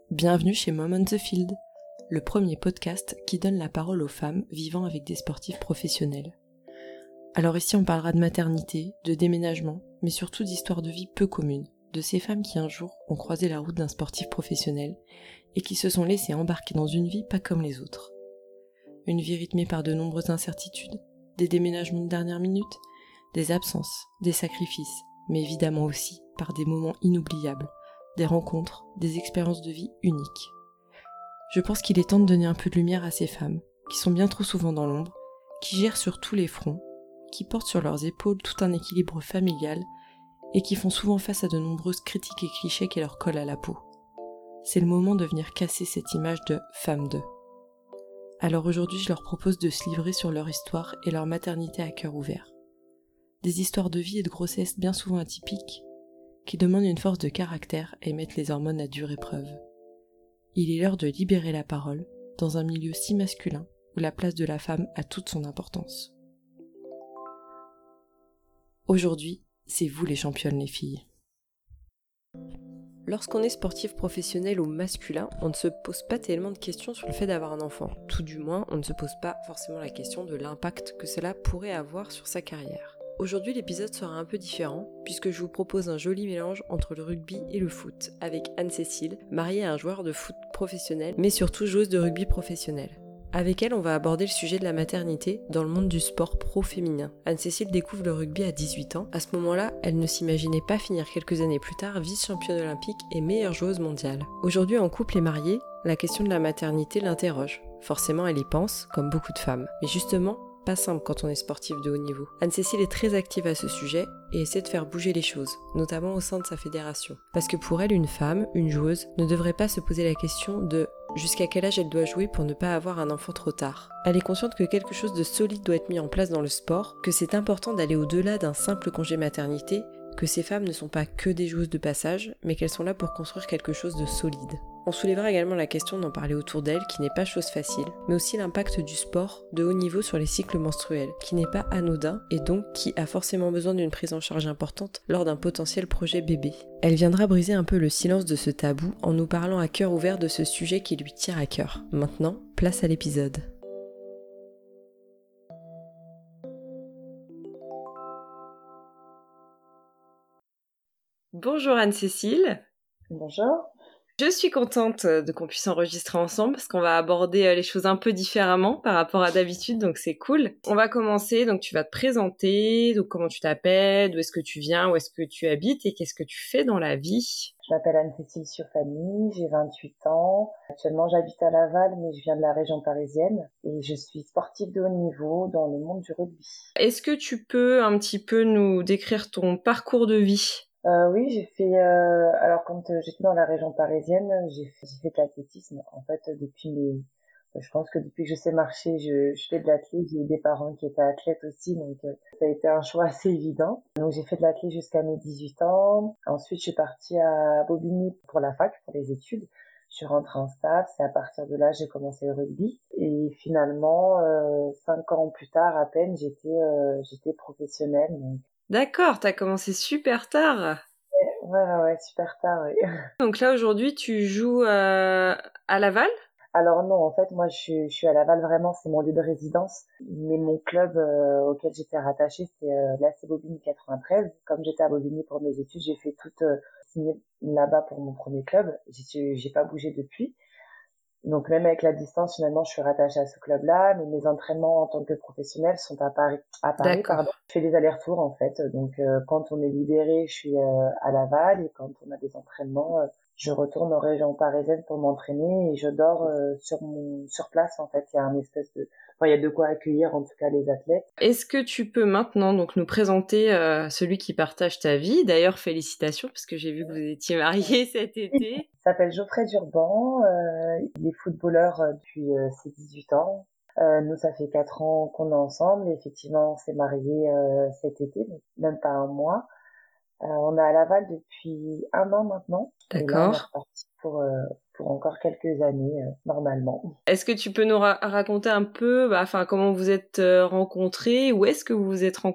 Bienvenue chez Mom on the Field, le premier podcast qui donne la parole aux femmes vivant avec des sportifs professionnels. Alors ici on parlera de maternité, de déménagement, mais surtout d'histoires de vie peu communes, de ces femmes qui un jour ont croisé la route d'un sportif professionnel et qui se sont laissées embarquer dans une vie pas comme les autres. Une vie rythmée par de nombreuses incertitudes, des déménagements de dernière minute, des absences, des sacrifices, mais évidemment aussi par des moments inoubliables, des rencontres, des expériences de vie uniques. Je pense qu'il est temps de donner un peu de lumière à ces femmes, qui sont bien trop souvent dans l'ombre, qui gèrent sur tous les fronts, qui portent sur leurs épaules tout un équilibre familial et qui font souvent face à de nombreuses critiques et clichés qui leur collent à la peau. C'est le moment de venir casser cette image de femme d'eux. Alors aujourd'hui, je leur propose de se livrer sur leur histoire et leur maternité à cœur ouvert. Des histoires de vie et de grossesse bien souvent atypiques, qui demandent une force de caractère et mettent les hormones à dure épreuve. Il est l'heure de libérer la parole dans un milieu si masculin où la place de la femme a toute son importance. Aujourd'hui, c'est vous les championnes les filles. Lorsqu'on est sportif professionnel ou masculin, on ne se pose pas tellement de questions sur le fait d'avoir un enfant. Tout du moins, on ne se pose pas forcément la question de l'impact que cela pourrait avoir sur sa carrière. Aujourd'hui, l'épisode sera un peu différent, puisque je vous propose un joli mélange entre le rugby et le foot, avec Anne-Cécile, mariée à un joueur de foot professionnel, mais surtout joueuse de rugby professionnel. Avec elle, on va aborder le sujet de la maternité dans le monde du sport pro-féminin. Anne-Cécile découvre le rugby à 18 ans. À ce moment-là, elle ne s'imaginait pas finir quelques années plus tard vice-championne olympique et meilleure joueuse mondiale. Aujourd'hui, en couple et mariée, la question de la maternité l'interroge. Forcément, elle y pense, comme beaucoup de femmes. Mais justement, pas simple quand on est sportif de haut niveau. Anne-Cécile est très active à ce sujet et essaie de faire bouger les choses, notamment au sein de sa fédération. Parce que pour elle, une femme, une joueuse, ne devrait pas se poser la question de jusqu'à quel âge elle doit jouer pour ne pas avoir un enfant trop tard. Elle est consciente que quelque chose de solide doit être mis en place dans le sport, que c'est important d'aller au-delà d'un simple congé maternité, que ces femmes ne sont pas que des joueuses de passage, mais qu'elles sont là pour construire quelque chose de solide. On soulèvera également la question d'en parler autour d'elle, qui n'est pas chose facile, mais aussi l'impact du sport de haut niveau sur les cycles menstruels, qui n'est pas anodin et donc qui a forcément besoin d'une prise en charge importante lors d'un potentiel projet bébé. Elle viendra briser un peu le silence de ce tabou en nous parlant à cœur ouvert de ce sujet qui lui tient à cœur. Maintenant, place à l'épisode. Bonjour Anne-Cécile. Bonjour. Je suis contente de qu'on puisse enregistrer ensemble parce qu'on va aborder les choses un peu différemment par rapport à d'habitude, donc c'est cool. On va commencer, donc tu vas te présenter, donc comment tu t'appelles, d'où est-ce que tu viens, où est-ce que tu habites et qu'est-ce que tu fais dans la vie. Je m'appelle Anne-Cécile Surfani, j'ai 28 ans. Actuellement, j'habite à Laval, mais je viens de la région parisienne et je suis sportive de haut niveau dans le monde du rugby. Est-ce que tu peux un petit peu nous décrire ton parcours de vie ? Oui, j'ai fait. Alors, quand j'étais dans la région parisienne, j'ai fait de l'athlétisme. En fait, je pense que depuis que je sais marcher, je fais de l'athlétisme. J'ai eu des parents qui étaient athlètes aussi, donc ça a été un choix assez évident. Donc, j'ai fait de l'athlétisme jusqu'à mes 18 ans. Ensuite, je suis partie à Bobigny pour la fac, pour les études. Je suis rentrée en STAPS et à partir de là, j'ai commencé le rugby. Et finalement, 5 ans plus tard, à peine, j'étais professionnelle. Donc, D'accord, t'as commencé super tard. ouais, super tard, oui. Donc là, aujourd'hui, tu joues à Laval ? Alors non, en fait, moi, je suis à Laval, vraiment, c'est mon lieu de résidence. Mais mon club auquel j'étais rattachée, c'est l'AC Bobigny 93. Comme j'étais à Bobigny pour mes études, j'ai fait signer là-bas pour mon premier club. J'ai pas bougé depuis. Donc même avec la distance, finalement, je suis rattachée à ce club-là. Mais mes entraînements en tant que professionnelle sont à Paris. D'accord. Je fais des allers-retours, en fait. Donc quand on est libéré, je suis à Laval. Et quand on a des entraînements, je retourne aux régions parisiennes pour m'entraîner et je dors sur place, en fait. Il y a il y a de quoi accueillir en tout cas les athlètes. Est-ce que tu peux maintenant donc nous présenter celui qui partage ta vie ? D'ailleurs, félicitations parce que j'ai vu que vous étiez mariés cet été. Il s'appelle Geoffrey Durban, il est footballeur depuis ses 18 ans. Nous, ça fait 4 ans qu'on est ensemble et effectivement, on s'est mariés cet été, donc même pas un mois. On est à Laval depuis 1 an maintenant. Et là, on est D'accord. reparti pour encore quelques années, normalement. Est-ce que tu peux nous raconter un peu comment vous êtes rencontrés ? Où est-ce que vous vous êtes rencontrés ?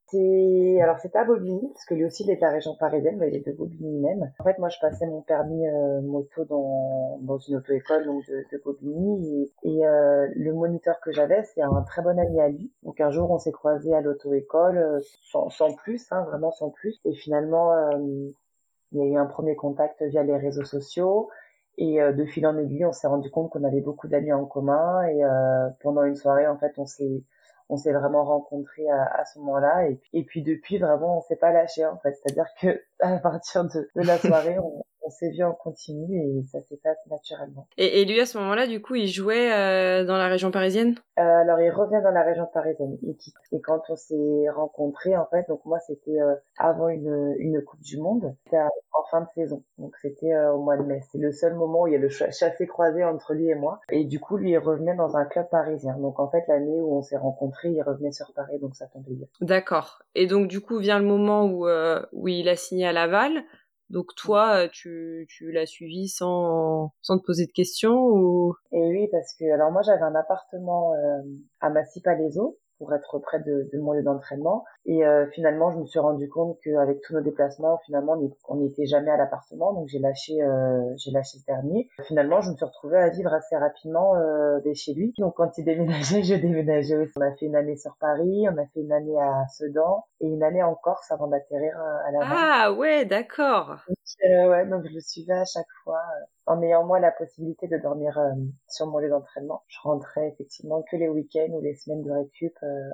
Alors c'était à Bobigny, parce que lui aussi il est de la région parisienne, mais il est de Bobigny même. En fait, moi je passais mon permis moto dans une auto-école donc de Bobigny le moniteur que j'avais, c'est un très bon ami à lui. Donc un jour on s'est croisés à l'auto-école sans plus, hein, vraiment sans plus. Et finalement il y a eu un premier contact via les réseaux sociaux. Et de fil en aiguille, on s'est rendu compte qu'on avait beaucoup d'amis en commun. Et pendant une soirée, en fait, on s'est vraiment rencontrés à ce moment-là. Et puis depuis, vraiment, on s'est pas lâché, en fait. C'est-à-dire que à partir de la soirée, on s'est vu en continu et ça s'est fait assez naturellement. Et lui, à ce moment-là, du coup, il jouait dans la région parisienne? Alors, il revient dans la région parisienne. Il quitte. Et quand on s'est rencontrés, en fait, donc moi, c'était avant une Coupe du Monde. C'était en fin de saison. Donc, c'était au mois de mai. C'est le seul moment où il y a le chassé-croisé entre lui et moi. Et du coup, lui, il revenait dans un club parisien. Donc, en fait, l'année où on s'est rencontrés, il revenait sur Paris. Donc, ça tombait bien. D'accord. Et donc, du coup, vient le moment où il a signé à Laval. Donc, toi, tu l'as suivi sans te poser de questions ou... Et oui, parce que alors moi j'avais un appartement à Massy-Palaiseau pour être près de mon lieu d'entraînement. Et finalement, je me suis rendu compte qu'avec tous nos déplacements, finalement, on n'était jamais à l'appartement, donc j'ai lâché ce dernier. Finalement, je me suis retrouvée à vivre assez rapidement chez lui. Donc quand il déménageait, je déménageais aussi. On a fait une année sur Paris, on a fait une année à Sedan et une année en Corse avant d'atterrir à Laval. Ah ouais, d'accord. Ouais, donc je le suivais à chaque fois, en ayant moi la possibilité de dormir sur mon lieu d'entraînement. Je rentrais effectivement que les week-ends ou les semaines de récup.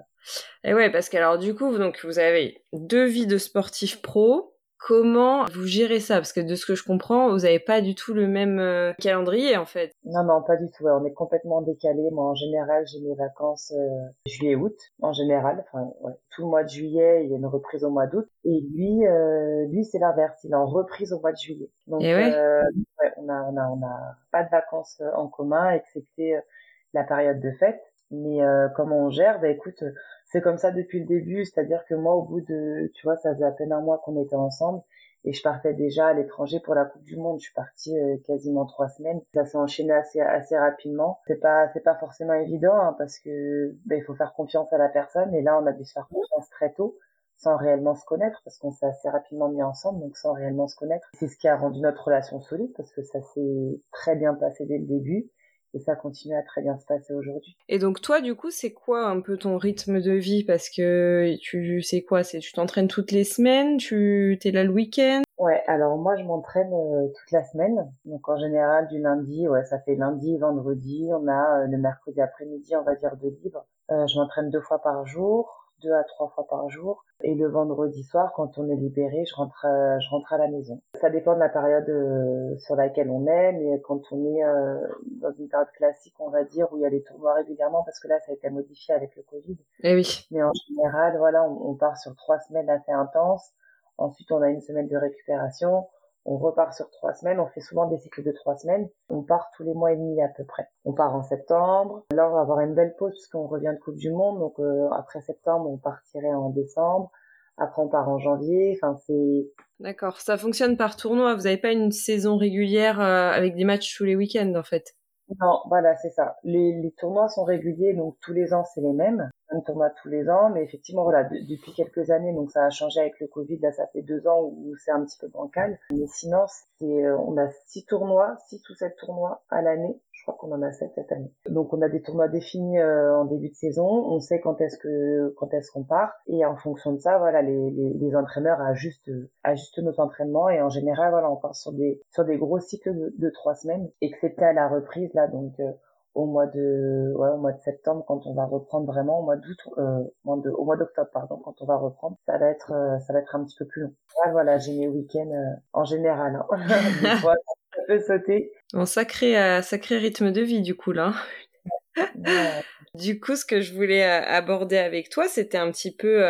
Et ouais, parce qu'alors du coup, donc vous avez 2 vies de sportifs pro. Comment vous gérez ça? Parce que de ce que je comprends, vous avez pas du tout le même calendrier en fait. Non, non, pas du tout. Ouais, on est complètement décalé. Moi, en général, j'ai mes vacances juillet-août, en général. Enfin, ouais, tout le mois de juillet, il y a une reprise au mois d'août. Et lui, c'est l'inverse. Il est en reprise au mois de juillet. Donc, Et ouais. ouais, on a pas de vacances en commun, excepté la période de fête. Mais comment on gère? Bah écoute, c'est comme ça depuis le début. C'est-à-dire que moi, au bout de, tu vois, ça faisait à peine un mois qu'on était ensemble. Et je partais déjà à l'étranger pour la Coupe du Monde. Je suis partie quasiment 3 semaines. Ça s'est enchaîné assez rapidement. C'est pas forcément évident hein, parce que il faut faire confiance à la personne. Et là, on a dû se faire confiance très tôt, sans réellement se connaître, parce qu'on s'est assez rapidement mis ensemble, donc sans réellement se connaître. C'est ce qui a rendu notre relation solide, parce que ça s'est très bien passé dès le début. Et ça continue à très bien se passer aujourd'hui. Et donc toi, du coup, c'est quoi un peu ton rythme de vie? Parce que c'est quoi? Tu t'entraînes toutes les semaines? T'es là le week-end? Ouais, alors moi je m'entraîne toute la semaine. Donc en général du lundi, ouais, ça fait lundi, vendredi. On a le mercredi après-midi, on va dire de libre. Je m'entraîne 2 fois par jour, 2 à 3 fois par jour. Et le vendredi soir, quand on est libéré, je rentre à la maison. Ça dépend de la période sur laquelle on est, mais quand on est dans une période classique, on va dire, où il y a des tournois régulièrement, parce que là, ça a été modifié avec le Covid. Eh oui. Mais en général, voilà, on part sur 3 semaines assez intenses. Ensuite, on a une semaine de récupération. On repart sur 3 semaines. On fait souvent des cycles de 3 semaines. On part tous les mois et demi à peu près. On part en septembre. Là, on va avoir une belle pause puisqu'on revient de Coupe du Monde. Donc après septembre, on partirait en décembre. Après, on part en janvier. Enfin, c'est... D'accord. Ça fonctionne par tournoi. Vous n'avez pas une saison régulière avec des matchs tous les week-ends, en fait. Non, voilà, c'est ça. Les tournois sont réguliers, donc tous les ans, c'est les mêmes. Un tournoi tous les ans, mais effectivement, voilà, depuis quelques années, donc ça a changé avec le Covid. Là, ça fait 2 ans où c'est un petit peu bancal. Mais sinon, on a 6 tournois, 6 ou 7 tournois à l'année. Je crois qu'on en a 7 cette année. Donc, on a des tournois définis en début de saison. On sait quand est-ce qu'on part. Et en fonction de ça, voilà, les entraîneurs ajustent nos entraînements. Et en général, voilà, on part sur des gros cycles de 3 semaines, excepté à la reprise, là, donc, au mois de septembre, quand on va reprendre vraiment, au mois d'août, au mois d'octobre, pardon, quand on va reprendre, ça va être un petit peu plus long. Voilà, j'ai mes week-ends, en général, hein. Des fois, ça peut sauter. Bon, sacré rythme de vie, du coup, là. Ouais. Du coup, ce que je voulais aborder avec toi, c'était un petit peu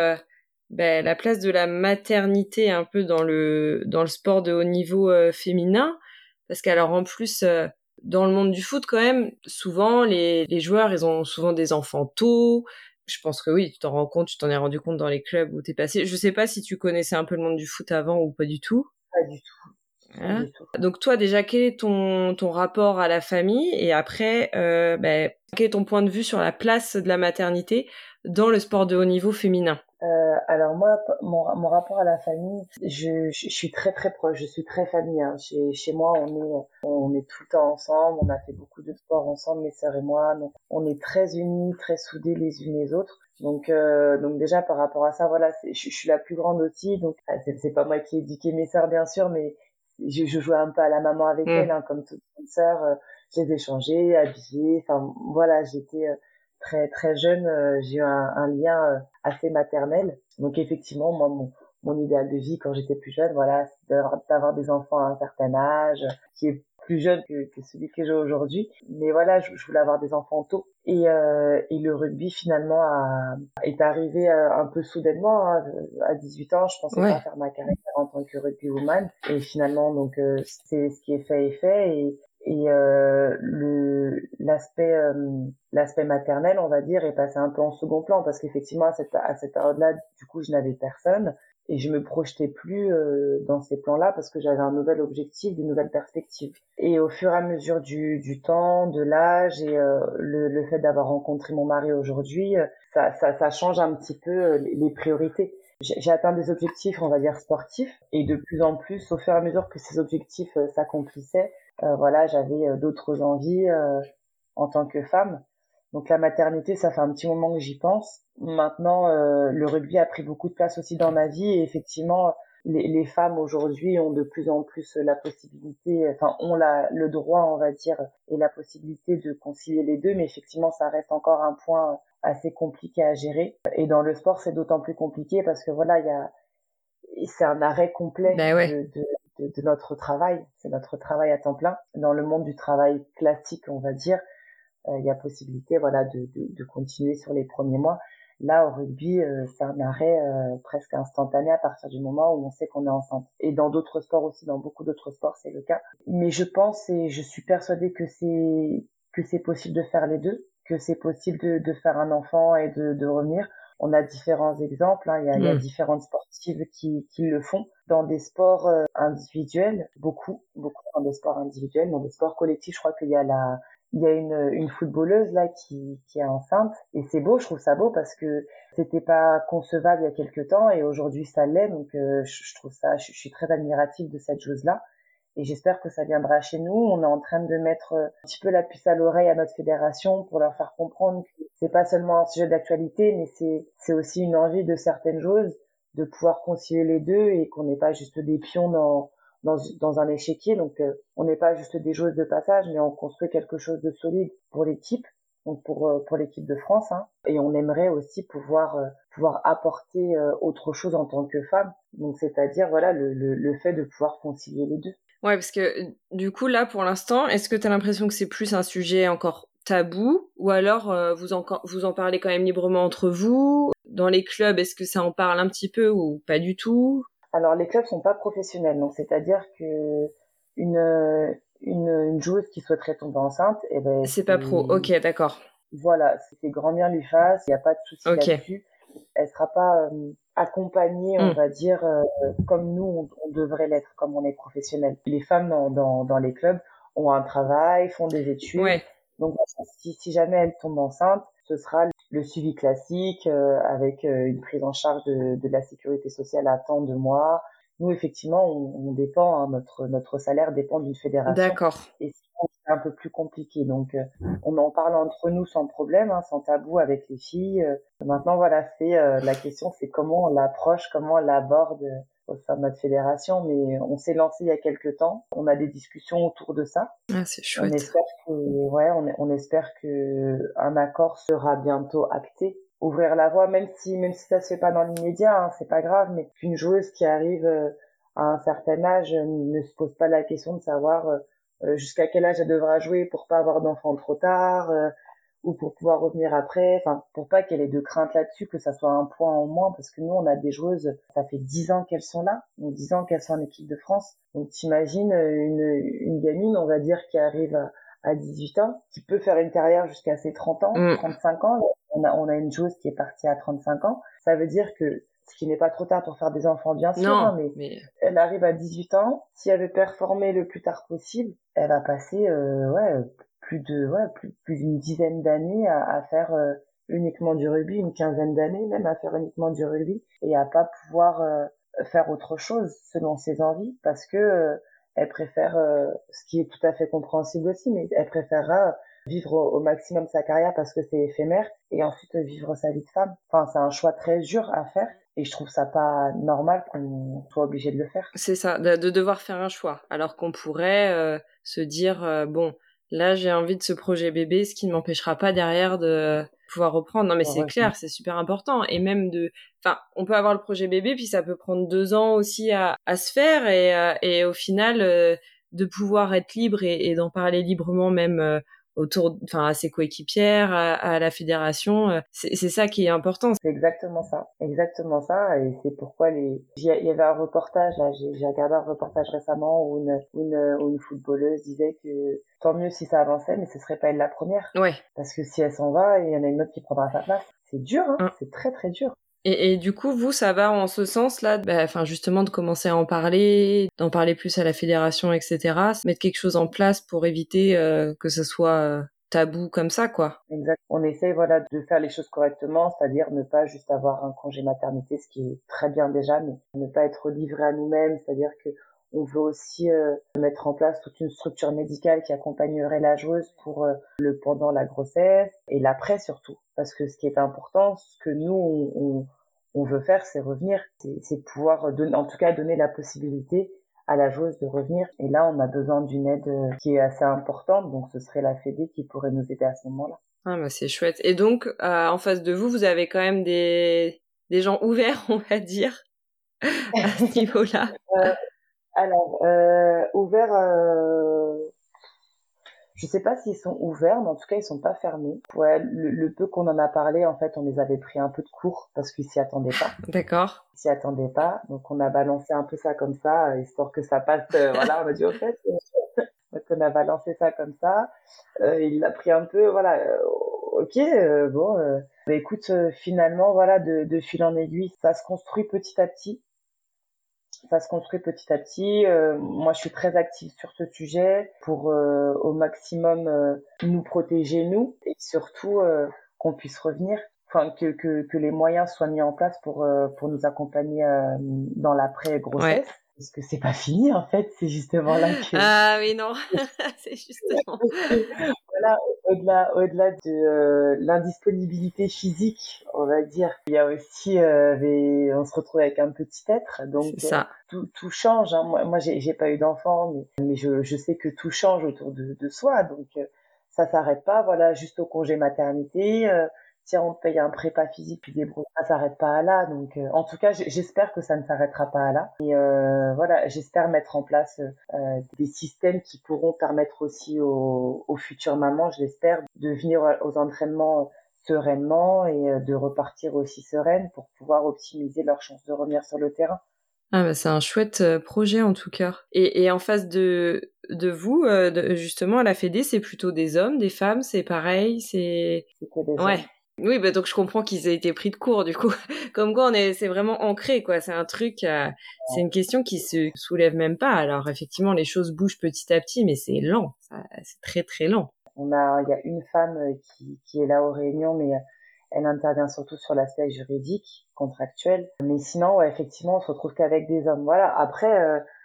la place de la maternité un peu dans le sport de haut niveau féminin. Parce qu'alors, en plus, dans le monde du foot, quand même, souvent, les joueurs, ils ont souvent des enfants tôt. Je pense que oui, tu t'en es rendu compte dans les clubs où t'es passé. Je sais pas si tu connaissais un peu le monde du foot avant ou pas du tout. Pas du tout, pas Hein. du tout. Donc toi déjà, quel est ton rapport à la famille et après, quel est ton point de vue sur la place de la maternité dans le sport de haut niveau féminin? Alors moi, mon rapport à la famille, je suis très très proche, je suis très famille, hein. Chez moi, on est tout le temps ensemble, on a fait beaucoup de sport ensemble, mes sœurs et moi, donc on est très unis, très soudés les unes les autres. Donc déjà par rapport à ça, voilà, je suis la plus grande aussi, donc c'est pas moi qui ai éduqué mes sœurs bien sûr, mais je jouais un peu à la maman avec elles, Hmm. hein, comme toutes mes sœurs, je les ai changées, habillées, enfin voilà, j'étais très très jeune, j'ai eu un lien assez maternel. Donc effectivement, moi, mon idéal de vie quand j'étais plus jeune, voilà, c'est d'avoir des enfants à un certain âge, qui est plus jeune que celui que j'ai aujourd'hui. Mais voilà, je voulais avoir des enfants tôt. Et le rugby finalement est arrivé un peu soudainement, hein. À 18 ans, je pensais pas Ouais. faire ma carrière en tant que rugbywoman. Et finalement, donc c'est ce qui est fait est fait. Et l'aspect maternel, on va dire, est passé un peu en second plan parce qu'effectivement à cette période-là, du coup, je n'avais personne et je me projetais plus dans ces plans-là parce que j'avais un nouvel objectif, de nouvelles perspectives. Et au fur et à mesure du temps, de l'âge et le fait d'avoir rencontré mon mari aujourd'hui, ça change un petit peu les priorités. J'ai atteint des objectifs, on va dire, sportifs et de plus en plus, au fur et à mesure que ces objectifs s'accomplissaient, voilà, j'avais d'autres envies en tant que femme. Donc la maternité, ça fait un petit moment que j'y pense. Maintenant, le rugby a pris beaucoup de place aussi dans ma vie et effectivement, les femmes aujourd'hui ont de plus en plus la possibilité, enfin ont le droit, on va dire, et la possibilité de concilier les deux, mais effectivement, ça reste encore un point assez compliqué à gérer. Et dans le sport, c'est d'autant plus compliqué parce que voilà, c'est un arrêt complet Ben ouais. de notre travail. C'est notre travail à temps plein. Dans le monde du travail classique, on va dire, il y a possibilité, voilà, de continuer sur les premiers mois. Là, au rugby, c'est un arrêt presque instantané à partir du moment où on sait qu'on est enceinte. Et dans d'autres sports aussi, dans beaucoup d'autres sports, c'est le cas. Mais je pense et je suis persuadée que c'est possible de faire les deux, que c'est possible de faire un enfant et de revenir. On a différents exemples, hein. Il y a Hmm. différentes sportives qui le font dans des sports individuels, beaucoup dans des sports individuels, dans des sports collectifs. Je crois il y a une footballeuse là qui est enceinte et c'est beau, je trouve ça beau parce que c'était pas concevable il y a quelque temps et aujourd'hui ça l'est, donc je trouve ça, je suis très admirative de cette chose-là et j'espère que ça viendra chez nous. On est en train de mettre un petit peu la puce à l'oreille à notre fédération pour leur faire comprendre que c'est pas seulement un sujet d'actualité, mais c'est aussi une envie de certaines choses de pouvoir concilier les deux et qu'on n'est pas juste des pions dans un échiquier. Donc, on n'est pas juste des joueuses de passage, mais on construit quelque chose de solide pour l'équipe, donc pour l'équipe de France, hein. Et on aimerait aussi pouvoir apporter autre chose en tant que femme. Donc, c'est-à-dire, voilà, le fait de pouvoir concilier les deux. Ouais, parce que du coup, là, pour l'instant, est-ce que tu as l'impression que c'est plus un sujet encore tabou ou alors vous en parlez quand même librement entre vous? Dans les clubs, est-ce que ça en parle un petit peu ou pas du tout? Alors, les clubs sont pas professionnels, donc c'est-à-dire que une joueuse qui souhaiterait tomber enceinte, eh ben, C'est pas pro. Ok, d'accord. voilà, c'est grand bien lui fasse, il n'y a pas de souci Ok. là-dessus. Elle sera pas accompagnée, on Hmm. va dire, comme nous, on devrait l'être, comme on est professionnel. Les femmes dans les clubs ont un travail, font des études. Ouais. Donc, si jamais elles tombent enceintes, ce sera le suivi classique avec une prise en charge de la sécurité sociale à temps de mois. Nous, effectivement, on dépend, hein, notre salaire dépend d'une fédération. D'accord. Et sinon, c'est un peu plus compliqué. Donc, on en parle entre nous sans problème, hein, sans tabou avec les filles. Maintenant, voilà, c'est la question, c'est comment on l'approche, comment on l'aborde au sein de notre fédération. Mais on s'est lancé il y a quelques temps. On a des discussions autour de ça. Ah, c'est On chouette. espère ouais, on espère que un accord sera bientôt acté. Ouvrir la voie, même si ça se fait pas dans l'immédiat, hein, c'est pas grave, mais qu'une joueuse qui arrive à un certain âge ne se pose pas la question de savoir jusqu'à quel âge elle devra jouer pour pas avoir d'enfant trop tard, ou pour pouvoir revenir après, enfin pour pas qu'elle ait de crainte là-dessus, que ça soit un point en moins, parce que nous on a des joueuses, ça fait 10 ans qu'elles sont là, donc 10 ans qu'elles sont en équipe de France, donc t'imagines une gamine, on va dire, qui arrive à 18 ans, qui peut faire une carrière jusqu'à ses 30 ans, Hmm. 35 ans, on a une joueuse qui est partie à 35 ans, ça veut dire que ce qui n'est pas trop tard pour faire des enfants bien sûr, Non, hein, mais mais elle arrive à 18 ans, si elle veut performer le plus tard possible, elle va passer ouais, plus d'une dizaine d'années à faire uniquement du rugby, une quinzaine d'années même à faire uniquement du rugby et à pas pouvoir faire autre chose selon ses envies parce que elle préfère, ce qui est tout à fait compréhensible aussi, mais elle préférera vivre au maximum sa carrière parce que c'est éphémère et ensuite vivre sa vie de femme. Enfin, c'est un choix très dur à faire et je trouve ça pas normal qu'on soit obligé de le faire. C'est ça, de devoir faire un choix, alors qu'on pourrait se dire bon, là j'ai envie de ce projet bébé, ce qui ne m'empêchera pas derrière de pouvoir reprendre. Non mais c'est clair, c'est super important. Et même enfin, on peut avoir le projet bébé, puis ça peut prendre 2 ans aussi à se faire, et au final de pouvoir être libre et d'en parler librement même enfin à ses coéquipières, à la fédération, c'est ça qui est important. C'est exactement ça, et c'est pourquoi il y avait un reportage là, j'ai regardé un reportage récemment où une footballeuse disait que tant mieux si ça avançait, mais ce serait pas elle la première. Ouais. Parce que si elle s'en va, il y en a une autre qui prendra sa place. C'est dur, hein, c'est très très dur. Et du coup, vous, ça va en ce sens-là, enfin justement de commencer à en parler, d'en parler plus à la fédération, etc. Mettre quelque chose en place pour éviter que ce soit tabou comme ça, quoi. Exact. On essaye voilà de faire les choses correctement, c'est-à-dire ne pas juste avoir un congé maternité, ce qui est très bien déjà, mais ne pas être livré à nous-mêmes, c'est-à-dire que on veut aussi mettre en place toute une structure médicale qui accompagnerait la joueuse pour le pendant la grossesse et l'après surtout. Parce que ce qui est important, ce que nous on veut faire, c'est revenir, c'est pouvoir donner, en tout cas donner la possibilité à la joueuse de revenir. Et là, on a besoin d'une aide qui est assez importante, donc ce serait la Fédé qui pourrait nous aider à ce moment-là. Ah bah c'est chouette. Et donc, en face de vous, vous avez quand même des gens ouverts, on va dire, à ce niveau-là. Alors, ouvert, je sais pas s'ils sont ouverts, mais en tout cas, ils sont pas fermés. Ouais, le peu qu'on en a parlé, en fait, on les avait pris un peu de court parce qu'ils s'y attendaient pas. D'accord. Ils s'y attendaient pas, donc on a balancé un peu ça comme ça, histoire que ça passe. Voilà, on a dit au fait. Donc on a balancé ça comme ça. Il l'a pris un peu, voilà. Ok, bon. Bah, écoute, finalement, voilà, de fil en aiguille, ça se construit petit à petit. Ça se construit petit à petit. Moi, je suis très active sur ce sujet pour au maximum nous protéger nous et surtout qu'on puisse revenir. Enfin, que les moyens soient mis en place pour nous accompagner dans l'après-grossesse. Ouais. Parce que c'est pas fini en fait, c'est justement là que Ah oui, non, c'est justement. voilà, au-delà de l'indisponibilité physique, on va dire, il y a aussi on se retrouve avec un petit être, donc C'est ça. tout change. Hein. Moi j'ai pas eu d'enfant, mais je sais que tout change autour de soi, donc ça s'arrête pas. Voilà, juste au congé maternité. Si on te paye un prépa physique, puis débrouille, ça s'arrête pas à là. Donc, en tout cas, j'espère que ça ne s'arrêtera pas à là. Et voilà, j'espère mettre en place des systèmes qui pourront permettre aussi aux futures mamans, je l'espère, de venir aux entraînements sereinement et de repartir aussi sereines pour pouvoir optimiser leurs chances de revenir sur le terrain. Ah bah c'est un chouette projet en tout cas. Et en face de vous, justement à la Fédé, c'est plutôt des hommes, des femmes, c'est pareil, c'est que des ouais. hommes. Oui, bah donc je comprends qu'ils aient été pris de court du coup. Comme quoi c'est vraiment ancré quoi. C'est un truc, c'est une question qui se soulève même pas. Alors effectivement, les choses bougent petit à petit, mais c'est lent. C'est très très lent. Il y a une femme qui est là aux réunions, mais elle intervient surtout sur l'aspect juridique, contractuel. Mais sinon, ouais, effectivement, on se retrouve qu'avec des hommes. Voilà. Après,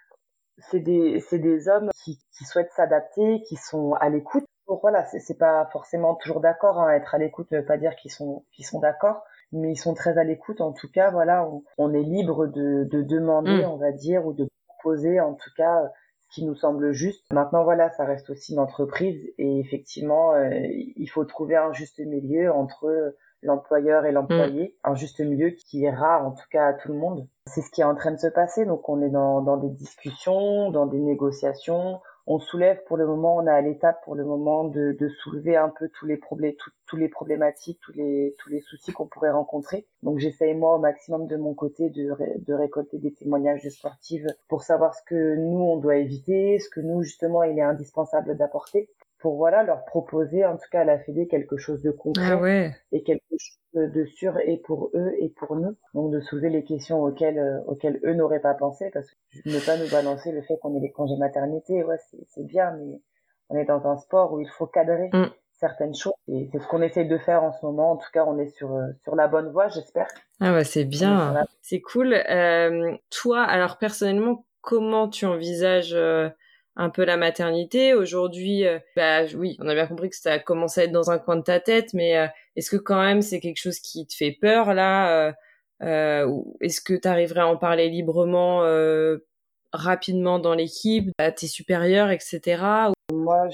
c'est des hommes qui souhaitent s'adapter, qui sont à l'écoute. Donc voilà, c'est pas forcément toujours d'accord. Hein. Être à l'écoute ne veut pas dire qu'ils sont d'accord, mais ils sont très à l'écoute. En tout cas, voilà, on est libre de demander, on va dire, ou de proposer, en tout cas, ce qui nous semble juste. Maintenant, voilà, ça reste aussi une entreprise et effectivement, il faut trouver un juste milieu entre l'employeur et l'employé, un juste milieu qui ira en tout cas à tout le monde. C'est ce qui est en train de se passer, donc on est dans des discussions, dans des négociations. On soulève pour le moment, on est à l'étape pour le moment de soulever un peu tous les problèmes, tous les problématiques, tous les soucis qu'on pourrait rencontrer. Donc j'essaye moi au maximum de mon côté de récolter des témoignages de sportives pour savoir ce que nous on doit éviter, ce que nous justement il est indispensable d'apporter pour voilà leur proposer en tout cas à la Fédé quelque chose de concret et quelque chose de sûr et pour eux et pour nous, donc de soulever les questions auxquelles eux n'auraient pas pensé, parce que ne pas nous balancer le fait qu'on ait les congés maternité, ouais c'est bien, mais on est dans un sport où il faut cadrer. certaines choses. Et c'est ce qu'on essaye de faire en ce moment. En tout cas, on est sur la bonne voie, j'espère. Ah bah c'est On est sur bien, la... c'est cool. Toi, alors personnellement, comment tu envisages un peu la maternité aujourd'hui? Bah oui, on a bien compris que ça a commencé à être dans un coin de ta tête, mais est-ce que quand même c'est quelque chose qui te fait peur là? Ou est-ce que tu arriverais à en parler librement, rapidement dans l'équipe, à tes supérieurs, etc. Moi,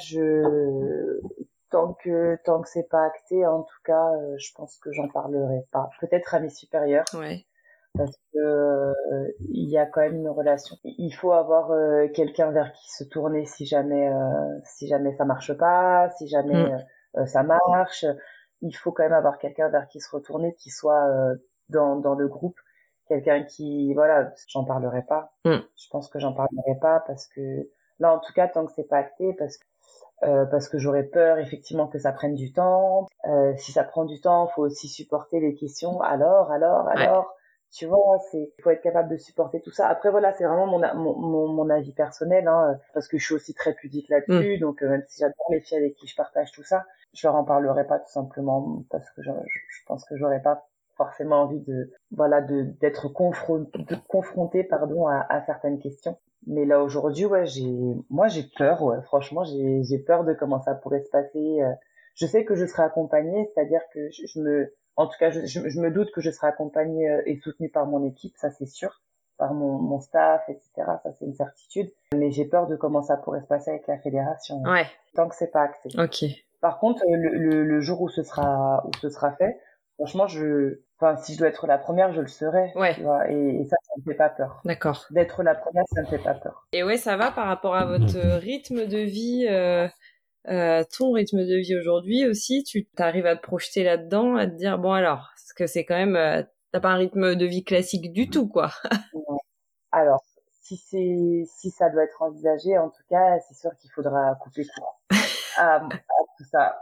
tant que c'est pas acté, en tout cas, je pense que j'en parlerai pas. Peut-être à mes supérieurs, Ouais. parce que il y a quand même une relation. Il faut avoir quelqu'un vers qui se tourner si jamais ça marche pas, si jamais Mm. ça marche. Il faut quand même avoir quelqu'un vers qui se retourner, qui soit dans le groupe, quelqu'un qui, voilà, j'en parlerai pas. Mm. Je pense que j'en parlerai pas parce que là, en tout cas, tant que c'est pas acté, parce que j'aurais peur effectivement que ça prenne du temps. Si ça prend du temps, faut aussi supporter les questions. Ouais. Tu vois, faut être capable de supporter tout ça. Après voilà, c'est vraiment mon avis personnel, hein, parce que je suis aussi très pudique Mm. là-dessus. Donc même si j'adore les filles avec qui je partage tout ça, je leur en parlerai pas tout simplement parce que je pense que j'aurais pas forcément envie d'être confronté pardon à certaines questions. Mais là aujourd'hui, ouais, moi j'ai peur, ouais. Franchement, j'ai peur de comment ça pourrait se passer. Je sais que je serai accompagnée, c'est-à-dire que en tout cas, je me doute que je serai accompagnée et soutenue par mon équipe, ça c'est sûr, par mon staff, etc. Ça c'est une certitude. Mais j'ai peur de comment ça pourrait se passer avec la fédération, ouais. Ouais. Tant que c'est pas acté. Ok. Par contre, le jour où ce sera fait, franchement, enfin, si je dois être la première, je le serai, Ouais. tu vois. Et ça me fait pas peur. D'accord. D'être la première, ça me fait pas peur. Et ouais, ça va par rapport à votre rythme de vie, ton rythme de vie aujourd'hui aussi, tu t'arrives à te projeter là-dedans, à te dire bon alors, parce que c'est quand même, t'as pas un rythme de vie classique du tout, quoi. Ouais. Alors, si ça doit être envisagé, en tout cas, c'est sûr qu'il faudra couper court à tout ça.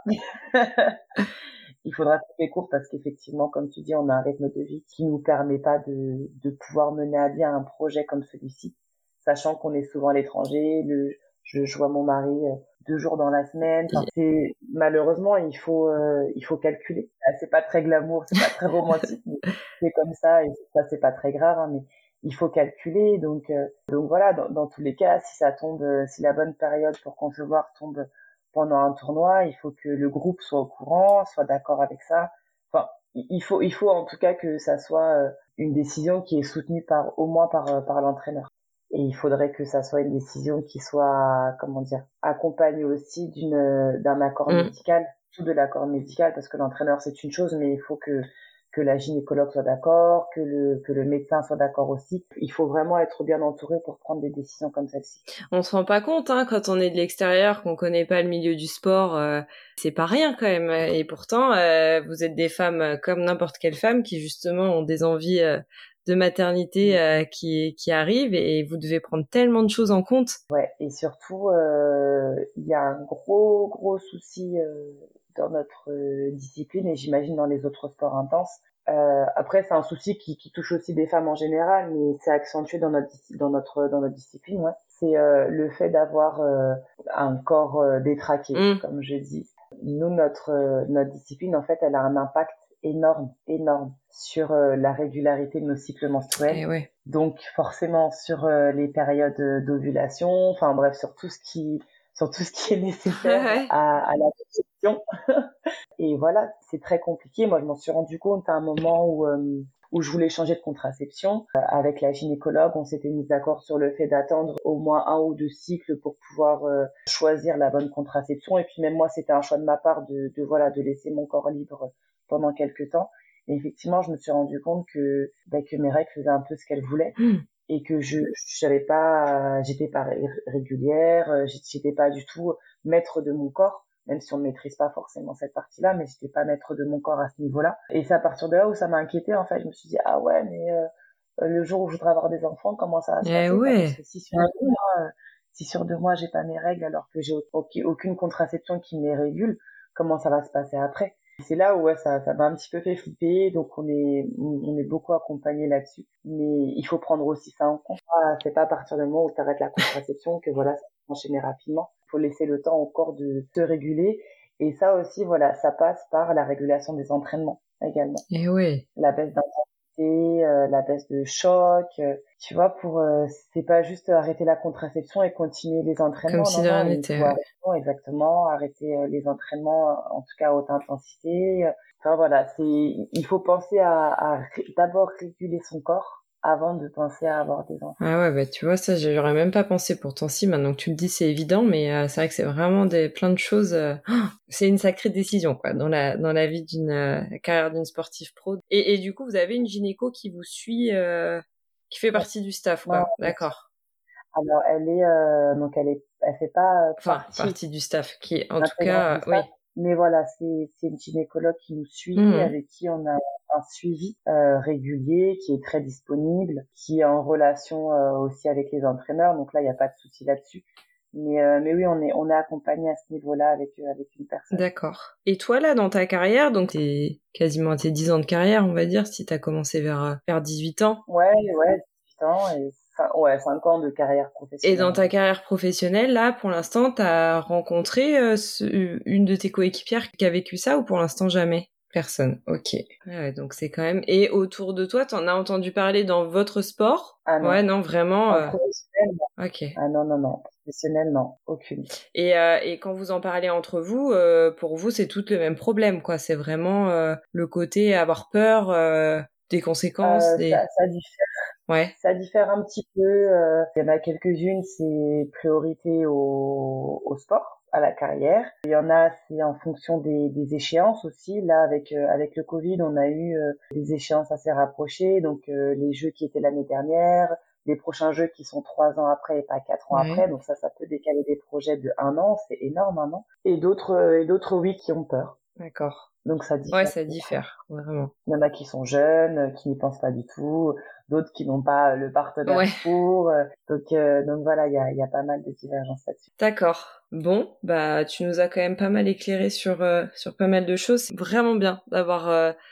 Il faudra couper court parce qu'effectivement, comme tu dis, on a un rythme de vie qui nous permet pas de pouvoir mener à bien un projet comme celui-ci, sachant qu'on est souvent à l'étranger. Je vois mon mari 2 jours dans la semaine. Enfin, malheureusement, il faut calculer. Ah, c'est pas très glamour, c'est pas très romantique, mais c'est comme ça et ça c'est pas très grave, hein, mais il faut calculer. Donc voilà, dans tous les cas, si ça tombe, si la bonne période pour concevoir tombe pendant un tournoi, il faut que le groupe soit au courant, soit d'accord avec ça. Enfin, il faut en tout cas que ça soit une décision qui est soutenue au moins par l'entraîneur. Et il faudrait que ça soit une décision qui soit, comment dire, accompagnée aussi d'un accord Mm. médical, tout de l'accord médical, parce que l'entraîneur c'est une chose, mais il faut que la gynécologue soit d'accord, que le médecin soit d'accord aussi. Il faut vraiment être bien entouré pour prendre des décisions comme celle-ci. On se rend pas compte, hein, quand on est de l'extérieur, qu'on connaît pas le milieu du sport, c'est pas rien quand même. Et pourtant, vous êtes des femmes comme n'importe quelle femme qui justement ont des envies de maternité qui arrivent et vous devez prendre tellement de choses en compte. Ouais, et surtout, il y a un gros, gros souci dans notre discipline et j'imagine dans les autres sports intenses. Après, c'est un souci qui touche aussi des femmes en général, mais c'est accentué dans notre discipline, ouais. C'est le fait d'avoir un corps détraqué, Mm. comme je dis. Nous, notre discipline, en fait, elle a un impact énorme, énorme sur la régularité de nos cycles menstruels. Et ouais. Donc forcément sur les périodes d'ovulation, enfin bref sur tout ce qui est nécessaire Ouais. à la conception. Et voilà, c'est très compliqué. Moi, je m'en suis rendu compte à un moment où je voulais changer de contraception. Avec la gynécologue, on s'était mis d'accord sur le fait d'attendre au moins 1 ou 2 cycles pour pouvoir choisir la bonne contraception. Et puis même moi, c'était un choix de ma part de laisser mon corps libre pendant quelques temps. Et effectivement, je me suis rendu compte que mes règles faisaient un peu ce qu'elles voulaient Mm. et que j'étais pas régulière, j'étais pas du tout maître de mon corps, même si on ne maîtrise pas forcément cette partie-là, mais j'étais pas maître de mon corps à ce niveau-là. Et c'est à partir de là où ça m'a inquiété en fait. Je me suis dit ah ouais, mais le jour où je voudrais avoir des enfants, comment ça va se Eh passer quoi? Parce ouais. que si sur 2 mois j'ai pas mes règles alors que j'ai aucune contraception qui me les régule, comment ça va se passer après? C'est là où ouais, ça m'a un petit peu fait flipper, donc on est beaucoup accompagné là-dessus. Mais il faut prendre aussi ça en compte. C'est pas à partir du moment où tu arrêtes la contraception que voilà, ça va s'enchaîner rapidement. Il faut laisser le temps au corps de se réguler Et ça aussi, voilà, ça passe par la régulation des entraînements également. Et oui. La baisse d'intensité, la baisse de choc, tu vois, c'est pas juste arrêter la contraception et continuer les Comme entraînements, si non, de non, rien il n'était. faut arrêter, exactement, arrêter les entraînements, en tout cas à haute intensité. Enfin voilà, il faut penser d'abord réguler son corps avant de penser à avoir des enfants. Ah ouais, bah tu vois, ça, j'aurais même pas pensé. Pourtant, si, maintenant que tu le dis, c'est évident, mais c'est vrai que c'est vraiment plein de choses. C'est une sacrée décision, quoi, dans la vie d'une carrière d'une sportive pro. Et du coup, vous avez une gynéco qui vous suit, qui fait partie du staff, Non, quoi. D'accord. alors donc elle fait pas Enfin, partie partie du staff, qui, en tout intégrante cas, du staff, oui. mais voilà, c'est une gynécologue qui nous suit, Mhm. avec qui on a un suivi régulier, qui est très disponible, qui est en relation aussi avec les entraîneurs. Donc là, il n'y a pas de souci là-dessus. Mais oui, on est accompagné à ce niveau-là avec une personne. D'accord. Et toi, là, dans ta carrière, donc t'es quasiment à tes 10 ans de carrière, on va dire, si t'as commencé vers 18 ans. Ouais, 18 ans et 5 ans de carrière Et professionnelle, dans on va ta dire. carrière professionnelle, là, pour l'instant, t'as rencontré une de tes coéquipières qui a vécu ça ou pour l'instant jamais? Personne. Ok. Ouais, donc c'est quand même. Et autour de toi, t'en as entendu parler dans votre sport? Ah Ouais, non, non, vraiment. en professionnel, non. Ok. Ah non, non, non. Professionnel, non. Aucune. Et quand vous en parlez entre vous, pour vous, c'est tout le même problème, quoi. C'est vraiment le côté avoir peur des conséquences, des. Ça diffère. Ouais. Ça diffère un petit peu. Il y en a quelques-unes, c'est priorité au sport, à la carrière. Il y en a, c'est en fonction des échéances aussi. Là, avec le Covid, on a eu des échéances assez rapprochées. Donc, les jeux qui étaient l'année dernière, les prochains jeux qui sont 3 ans après et pas 4 ans Ouais. après. Donc ça peut décaler des projets de 1 an. C'est énorme, 1 an. Et d'autres, oui, qui ont peur. D'accord. Donc ça Ouais, diffère. ça diffère, vraiment. Il y en a qui sont jeunes, qui n'y pensent pas du tout, d'autres qui n'ont pas le partenaire Ouais. pour. Donc voilà, il y a pas mal de divergences là-dessus. D'accord. Bon, bah tu nous as quand même pas mal éclairé sur pas mal de choses. C'est vraiment bien d'avoir.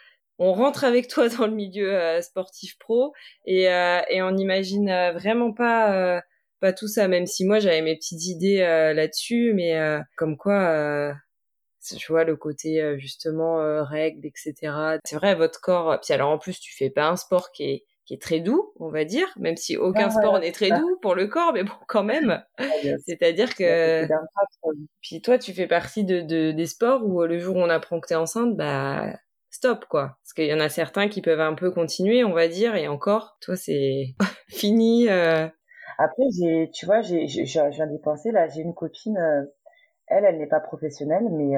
On rentre avec toi dans le milieu sportif pro et on n'imagine vraiment pas tout ça. Même si moi j'avais mes petites idées là-dessus, mais comme quoi. Tu vois le côté justement règles, etc. C'est vrai, votre corps. Puis alors en plus, tu fais pas un sport qui est très doux, on va dire, même si aucun Ah sport voilà, n'est c'est très ça. doux pour le corps, mais bon, quand même. Il y a C'est-à-dire il y a que beaucoup d'impact. puis toi, tu fais partie des sports où le jour où on apprend que t'es enceinte, bah stop quoi. Parce qu'il y en a certains qui peuvent un peu continuer, on va dire, et encore, toi c'est fini. Après, tu vois, je viens d'y penser là. J'ai une copine, elle n'est pas professionnelle, mais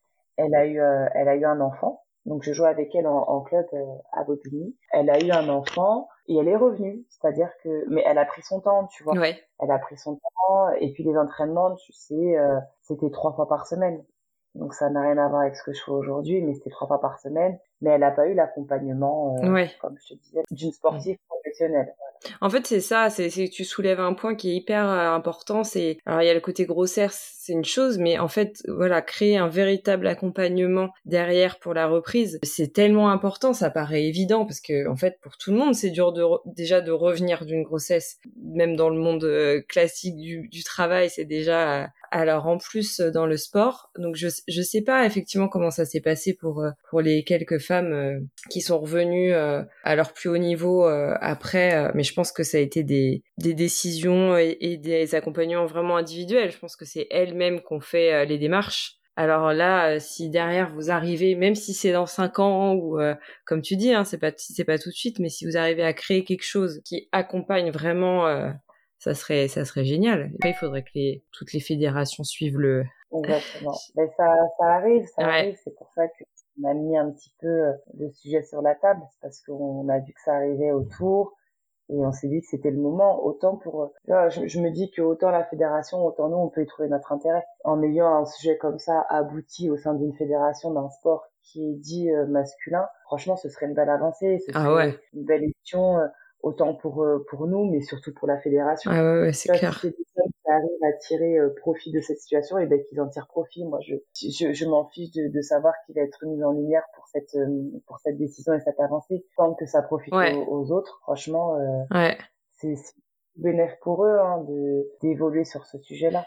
elle a eu un enfant. Donc je joue avec elle en club à Bobigny. Elle a eu un enfant et elle est revenue. C'est-à-dire que, mais elle a pris son temps, tu vois. Ouais, Elle a pris son temps et puis les entraînements, tu sais, c'était 3 fois par semaine. Donc ça n'a rien à voir avec ce que je fais aujourd'hui, mais c'était 3 fois par semaine. Mais elle n'a pas eu l'accompagnement, ouais. comme je te disais, d'une sportive professionnelle. En fait, c'est ça, c'est que tu soulèves un point qui est hyper important. Alors il y a le côté grossesse, c'est une chose, mais en fait, voilà, créer un véritable accompagnement derrière pour la reprise, c'est tellement important. Ça paraît évident parce que en fait, pour tout le monde, c'est dur déjà de revenir d'une grossesse, même dans le monde classique du travail, c'est déjà. Alors en plus dans le sport, donc je sais pas effectivement comment ça s'est passé pour les quelques femmes qui sont revenues à leur plus haut niveau après, mais je pense que ça a été des décisions et des accompagnements vraiment individuels. Je pense que c'est elles-mêmes qui ont fait les démarches. Alors là, si derrière vous arrivez, même si c'est dans 5 ans ou comme tu dis, hein, c'est pas tout de suite, mais si vous arrivez à créer quelque chose qui accompagne vraiment, ça serait génial. Après, il faudrait que toutes les fédérations suivent le. Exactement. Mais ça Ouais, arrive. C'est pour ça que on a mis un petit peu le sujet sur la table, c'est parce qu'on a vu que ça arrivait autour et on s'est dit que c'était le moment. Autant tu vois, je me dis que autant la fédération, autant nous, on peut y trouver notre intérêt. En ayant un sujet comme ça abouti au sein d'une fédération d'un sport qui est dit masculin, franchement, ce serait une belle avancée, ce ah ouais, serait une belle émission, autant pour nous, mais surtout pour la fédération. ah ouais, ouais, c'est Tu vois, si c'est clair. des hommes qui arrivent à tirer profit de cette situation, et ben qu'ils en tirent profit. Moi, je m'en fiche de savoir qui va être mis en lumière pour cette décision et cette avancée. Tant que ça profite Ouais, aux autres, franchement, ouais. c'est bénéfique pour eux hein, d'évoluer sur ce sujet-là.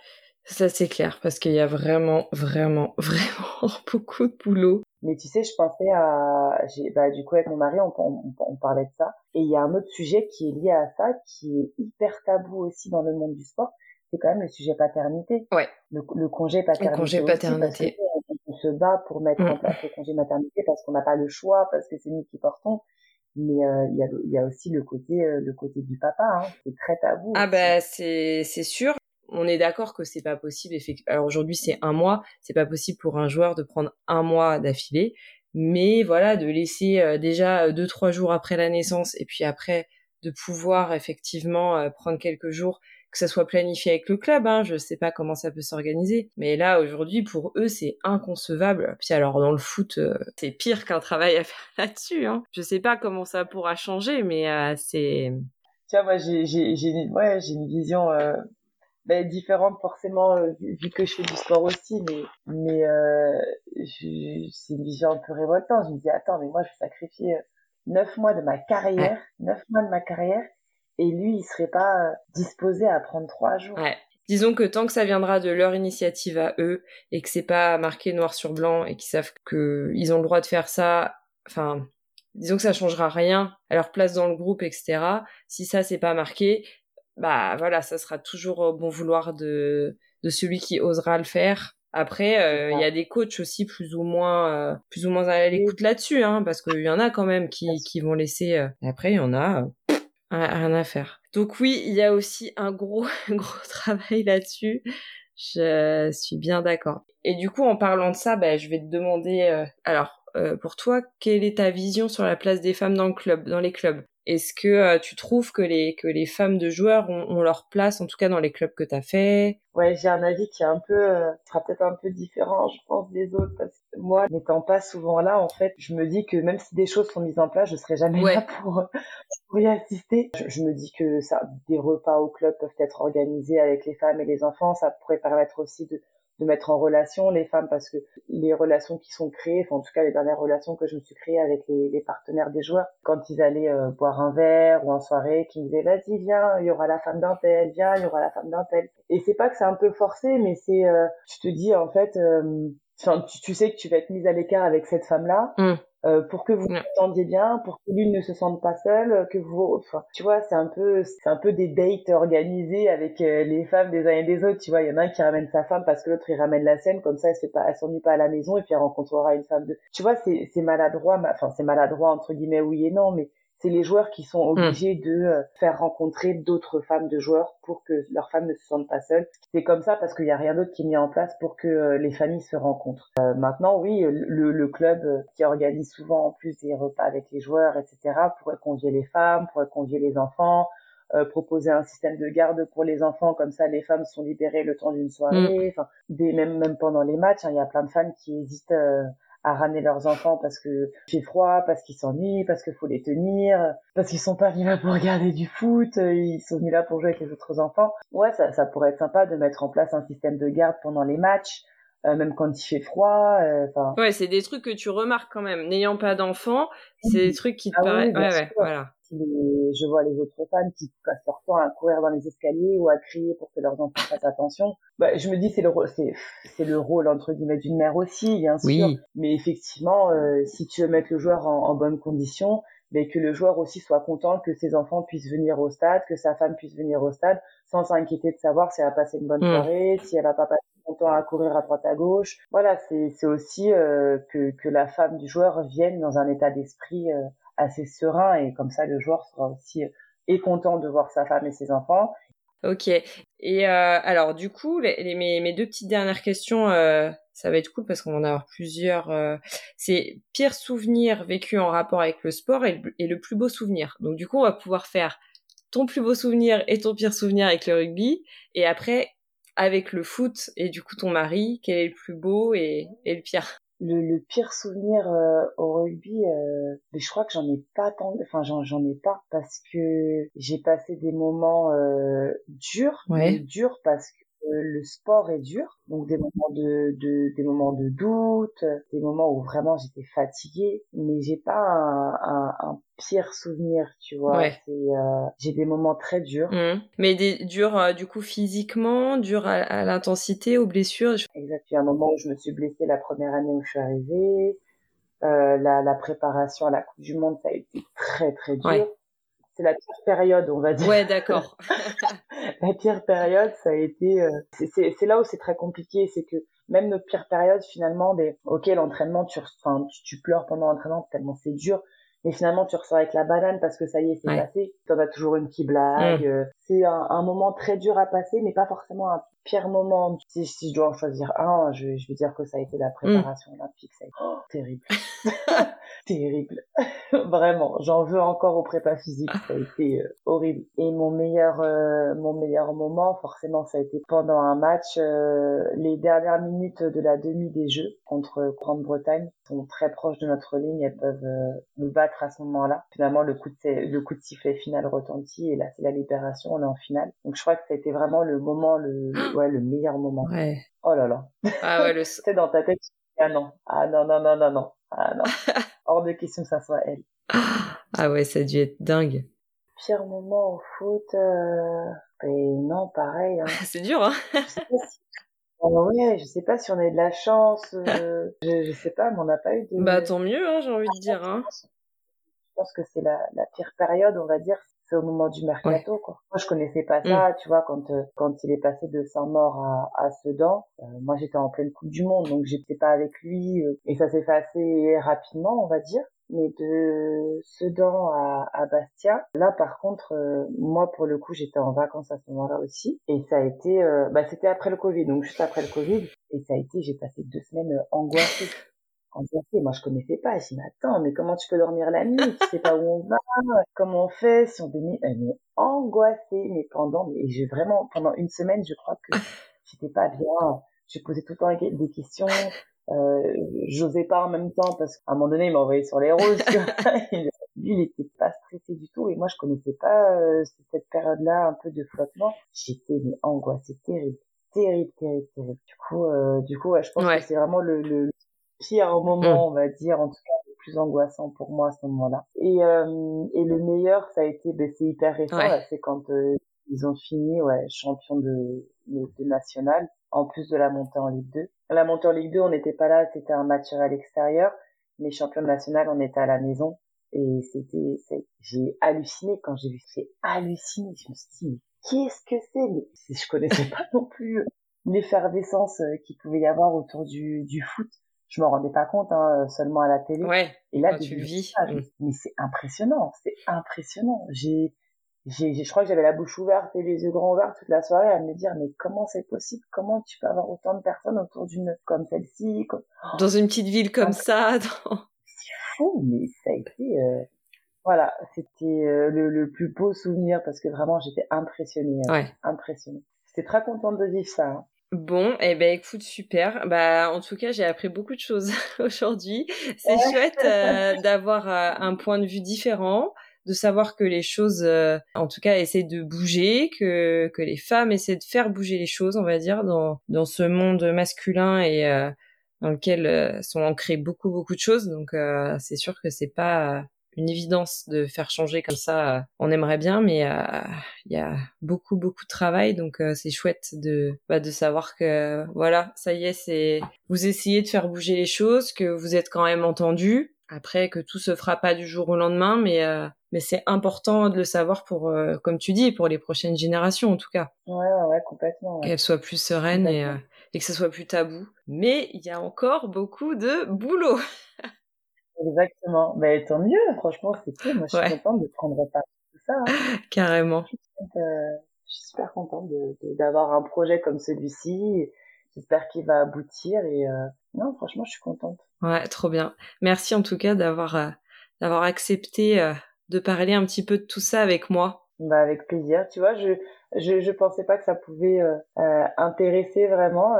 Ça, c'est clair, parce qu'il y a vraiment, vraiment, vraiment beaucoup de boulot. Mais tu sais, je pensais à, bah, du coup, avec mon mari, on parlait de ça. Et il y a un autre sujet qui est lié à ça, qui est hyper tabou aussi dans le monde du sport. C'est quand même le sujet paternité. Ouais, Le congé le congé paternité aussi, parce que paternité. on se bat pour mettre en Mm. place le congé maternité parce qu'on n'a pas le choix, parce que c'est nous qui portons. Mais il y a aussi le côté du papa, hein. C'est très tabou Ah aussi. bah c'est sûr. On est d'accord que c'est pas possible. Alors aujourd'hui c'est un mois, c'est pas possible pour un joueur de prendre un mois d'affilée, mais voilà de laisser déjà 2-3 jours après la naissance et puis après de pouvoir effectivement prendre quelques jours, que ça soit planifié avec le club. Hein, je sais pas comment ça peut s'organiser, mais là aujourd'hui pour eux c'est inconcevable. Puis alors dans le foot c'est pire qu'un travail à faire là-dessus. Hein. Je sais pas comment ça pourra changer, mais c'est Tu vois, moi, ouais, j'ai une vision ben, différente forcément vu que je fais du sport aussi, mais c'est une vision un peu révoltante. Je me dis attends, mais moi je vais sacrifier 9 mois de ma ouais. carrière, 9 mois de ma carrière, et lui il serait pas disposé à prendre 3 jours. Ouais. Disons que tant que ça viendra de leur initiative à eux et que c'est pas marqué noir sur blanc et qu'ils savent que ils ont le droit de faire ça, enfin, disons que ça changera rien à leur place dans le groupe, etc. Si ça c'est pas marqué, bah voilà, ça sera toujours au bon vouloir de celui qui osera le faire. Après, C'est il y ça. a des coachs aussi plus ou moins à Oui, l'écoute là-dessus, hein, parce qu'il y en a quand même bien qui sûr. vont laisser. Après, il y en a. Rien à faire. Donc oui, il y a aussi un gros, gros travail là-dessus. Je suis bien d'accord. Et du coup, en parlant de ça, bah, je vais te demander, pour toi, quelle est ta vision sur la place des femmes dans le club, dans les clubs? Est-ce que tu trouves que les femmes de joueurs ont leur place, en tout cas dans les clubs que tu as fait? Ouais, j'ai un avis qui est un peu, sera peut-être un peu différent, je pense, des autres, parce que moi, n'étant pas souvent là, en fait, je me dis que même si des choses sont mises en place, je serai jamais là Ouais. pour y assister. Je me dis que ça, des repas au club peuvent être organisés avec les femmes et les enfants. Ça pourrait permettre aussi de mettre en relation les femmes parce que les relations qui sont créées, enfin en tout cas les dernières relations que je me suis créées avec les partenaires des joueurs, quand ils allaient boire un verre ou en soirée, qui me disaient vas-y viens, il y aura la femme d'un tel, viens, il y aura la femme d'un tel. Et c'est pas que c'est un peu forcé, mais c'est, tu te dis en fait, enfin tu sais que tu vas être mise à l'écart avec cette femme-là Hum. pour que vous Ouais. vous entendiez bien, pour que l'une ne se sente pas seule, que vous, enfin, tu vois, c'est un peu des dates organisées avec les femmes des uns et des autres, tu vois, il y en a un qui ramène sa femme parce que l'autre il ramène la sienne, comme ça elle s'ennuie pas à la maison et puis elle rencontrera une femme de, tu vois, c'est maladroit, enfin c'est maladroit entre guillemets oui et non, mais c'est les joueurs qui sont Hum. obligés de faire rencontrer d'autres femmes de joueurs pour que leurs femmes ne se sentent pas seules. C'est comme ça parce qu'il y a rien d'autre qui est mis en place pour que les familles se rencontrent. Maintenant, oui, le club qui organise souvent en plus des repas avec les joueurs, etc., pourrait convier les femmes, pourrait convier les enfants, proposer un système de garde pour les enfants, comme ça les femmes sont libérées le temps d'une Hum. soirée. Enfin, même pendant les matchs, hein, il y a plein de femmes qui hésitent à ramener leurs enfants parce que il fait froid, parce qu'ils s'ennuient, parce qu'il faut les tenir, parce qu'ils sont pas venus là pour regarder du foot, ils sont venus là pour jouer avec les autres enfants. Ouais, ça pourrait être sympa de mettre en place un système de garde pendant les matchs même quand il fait froid. Enfin, Ouais, c'est des trucs que tu remarques quand même. N'ayant pas d'enfants, c'est des oui. trucs qui te Ah oui, paraissent. oui, bien Ouais, ouais, sûr. voilà. Je vois les autres femmes qui passent leur temps à courir dans les escaliers ou à crier pour que leurs enfants fassent attention. Bah, je me dis c'est le rôle entre guillemets d'une mère aussi, bien sûr. Oui. Mais effectivement, si tu veux mettre le joueur en bonne condition, mais que le joueur aussi soit content que ses enfants puissent venir au stade, que sa femme puisse venir au stade, sans s'inquiéter de savoir si elle a passé une bonne Hum. soirée, si elle a pas passé son temps à courir à droite à gauche. Voilà, c'est aussi que la femme du joueur vienne dans un état d'esprit assez serein et comme ça le joueur sera aussi est content de voir sa femme et ses enfants. Ok. Et alors, du coup, mes deux petites dernières questions, ça va être cool parce qu'on va en avoir plusieurs. C'est pire souvenir vécu en rapport avec le sport et le plus beau souvenir. Donc, du coup, on va pouvoir faire ton plus beau souvenir et ton pire souvenir avec le rugby. Et après, avec le foot et du coup ton mari, quel est le plus beau et le pire? Le pire souvenir au rugby, mais je crois que j'en ai pas tant, enfin j'en ai pas parce que j'ai passé des moments durs, mais Ouais. durs parce que le sport est dur, donc des moments de doute, des moments où vraiment j'étais fatiguée, mais j'ai pas un pire souvenir, tu vois. Ouais. J'ai des moments très durs. Mais durs du coup physiquement, durs à l'intensité, aux blessures. Exact. Il y a un moment où je me suis blessée la première année où je suis arrivée. La préparation à la Coupe du Monde, ça a été très très dur. Ouais. C'est la pire période, on va dire. Ouais, d'accord. La pire période, ça a été. C'est là où c'est très compliqué, c'est que même nos pires périodes, finalement, ok, l'entraînement, tu pleures pendant l'entraînement tellement c'est dur, mais finalement tu ressors avec la banane parce que ça y est, c'est passé. T'en as toujours une qui blague. C'est un moment très dur à passer, mais pas forcément un pire moment. Si je dois en choisir un, je vais dire que ça a été la préparation olympique. Ça a été terrible. Terrible. Vraiment, j'en veux encore au prépa physique, ça a été horrible. Et mon meilleur moment, forcément, ça a été pendant un match, les dernières minutes de la demi des Jeux contre Grande-Bretagne sont très proches de notre ligne, elles peuvent nous battre à ce moment-là. Finalement, le coup de sifflet final retentit et là, c'est la libération, on est en finale. Donc, je crois que ça a été vraiment le moment, le meilleur moment. Ouais. Oh là là. Ah ouais, Tu sais, dans ta tête, ah non, ah non, non, non, non, non, ah non. Hors de question que ça soit elle. Ah ouais, ça a dû être dingue. Pire moment au foot, non, pareil. Hein. C'est dur, hein. Je sais pas si on a eu de la chance. Je sais pas, mais on n'a pas eu de. Bah tant mieux, hein, j'ai envie de dire. Hein. Je pense que c'est la pire période, on va dire. C'est au moment du mercato, quoi. Moi, je connaissais pas ça, tu vois, quand il est passé de Saint-Maur à Sedan. Moi, j'étais en pleine Coupe du Monde, donc j'étais pas avec lui, et ça s'est fait assez rapidement, on va dire. Mais de Sedan à Bastia, là, par contre, moi, pour le coup, j'étais en vacances à ce moment-là aussi, et ça a été, c'était après le Covid, donc juste après le Covid, et ça a été, j'ai passé 2 semaines angoissée. Moi, je connaissais pas. Je dis, mais attends, mais comment tu peux dormir la nuit? Tu sais pas où on va? Comment on fait? Si on démine, mais angoissée, mais j'ai vraiment, pendant une semaine, je crois que j'étais pas bien. Je posais tout le temps des questions. J'osais pas en même temps parce qu'à un moment donné, il m'a envoyé sur les roses, tu vois. Lui, il était pas stressé du tout et moi, je connaissais pas cette période-là un peu de flottement. J'étais mais angoissée, terrible, terrible, terrible, terrible. Du coup, ouais, je pense que c'est vraiment le pire moment, on va dire, en tout cas le plus angoissant pour moi à ce moment-là. Et le meilleur, ça a été, c'est hyper récent, là, c'est quand ils ont fini, champion de national, en plus de la montée en Ligue 2. La montée en Ligue 2, on n'était pas là, c'était un match à l'extérieur, mais champion national, on était à la maison. Et j'ai halluciné quand j'ai halluciné. Je me suis dit, mais qu'est-ce que c'est? Mais je connaissais pas non plus l'effervescence qu'il pouvait y avoir autour du foot. Je m'en rendais pas compte, hein, seulement à la télé. Et là, tu le vis. Mais c'est impressionnant, c'est impressionnant. Je crois que j'avais la bouche ouverte et les yeux grands ouverts toute la soirée à me dire, mais comment c'est possible? Comment tu peux avoir autant de personnes autour d'une, comme celle-ci? Dans une petite ville comme ça, C'est fou, mais ça a été, voilà, c'était le plus beau souvenir parce que vraiment j'étais impressionnée. Impressionnée. J'étais très contente de vivre ça. Hein. Bon, écoute, super. En tout cas, j'ai appris beaucoup de choses aujourd'hui. C'est chouette d'avoir un point de vue différent, de savoir que les choses, en tout cas, essaient de bouger, que les femmes essaient de faire bouger les choses, on va dire, dans ce monde masculin et dans lequel sont ancrées beaucoup, beaucoup de choses. Donc, c'est sûr que c'est pas une évidence de faire changer comme ça. On aimerait bien, mais il y a beaucoup, beaucoup de travail. Donc, c'est chouette de savoir que, voilà, ça y est, vous essayez de faire bouger les choses, que vous êtes quand même entendu. Après, que tout se fera pas du jour au lendemain, mais c'est important de le savoir pour, comme tu dis, pour les prochaines générations, en tout cas. Ouais, complètement. Ouais. Qu'elles soient plus sereines et que ce soit plus tabou. Mais il y a encore beaucoup de boulot. Exactement. Mais tant mieux, franchement, c'est cool. Moi, je suis contente de prendre part à tout ça. Hein. Carrément. Je suis super contente d'avoir un projet comme celui-ci. J'espère qu'il va aboutir et non, franchement, je suis contente. Ouais, trop bien. Merci en tout cas d'avoir accepté de parler un petit peu de tout ça avec moi. Avec plaisir. Tu vois, je pensais pas que ça pouvait intéresser vraiment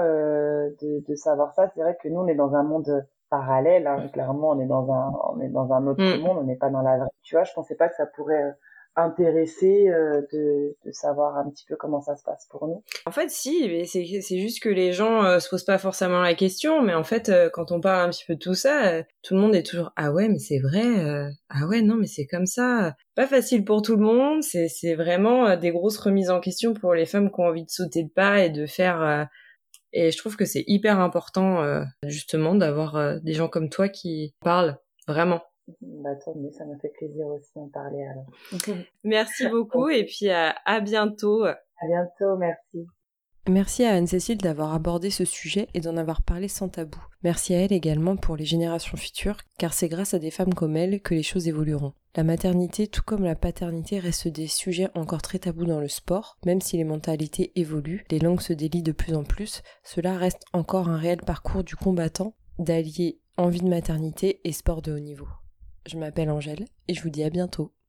de savoir ça. C'est vrai que nous, on est dans un monde parallèle. Hein. Clairement, on est dans un autre monde. On n'est pas dans la vraie. Tu vois, je pensais pas que ça pourrait intéressés de savoir un petit peu comment ça se passe pour nous. En fait, si, mais c'est juste que les gens se posent pas forcément la question, mais en fait, quand on parle un petit peu de tout ça, tout le monde est toujours ah ouais, mais c'est vrai, ah ouais, non, mais c'est comme ça. Pas facile pour tout le monde, c'est vraiment des grosses remises en question pour les femmes qui ont envie de sauter le pas et de faire. Et je trouve que c'est hyper important, justement, d'avoir des gens comme toi qui parlent vraiment. Bah, tant mieux, ça m'a fait plaisir aussi d'en parler alors. Merci beaucoup et puis à bientôt. À bientôt, merci. Merci à Anne-Cécile d'avoir abordé ce sujet et d'en avoir parlé sans tabou. Merci à elle également pour les générations futures, car c'est grâce à des femmes comme elle que les choses évolueront. La maternité, tout comme la paternité, restent des sujets encore très tabous dans le sport, même si les mentalités évoluent, les langues se délient de plus en plus, cela reste encore un réel parcours du combattant d'allier envie de maternité et sport de haut niveau. Je m'appelle Angèle et je vous dis à bientôt.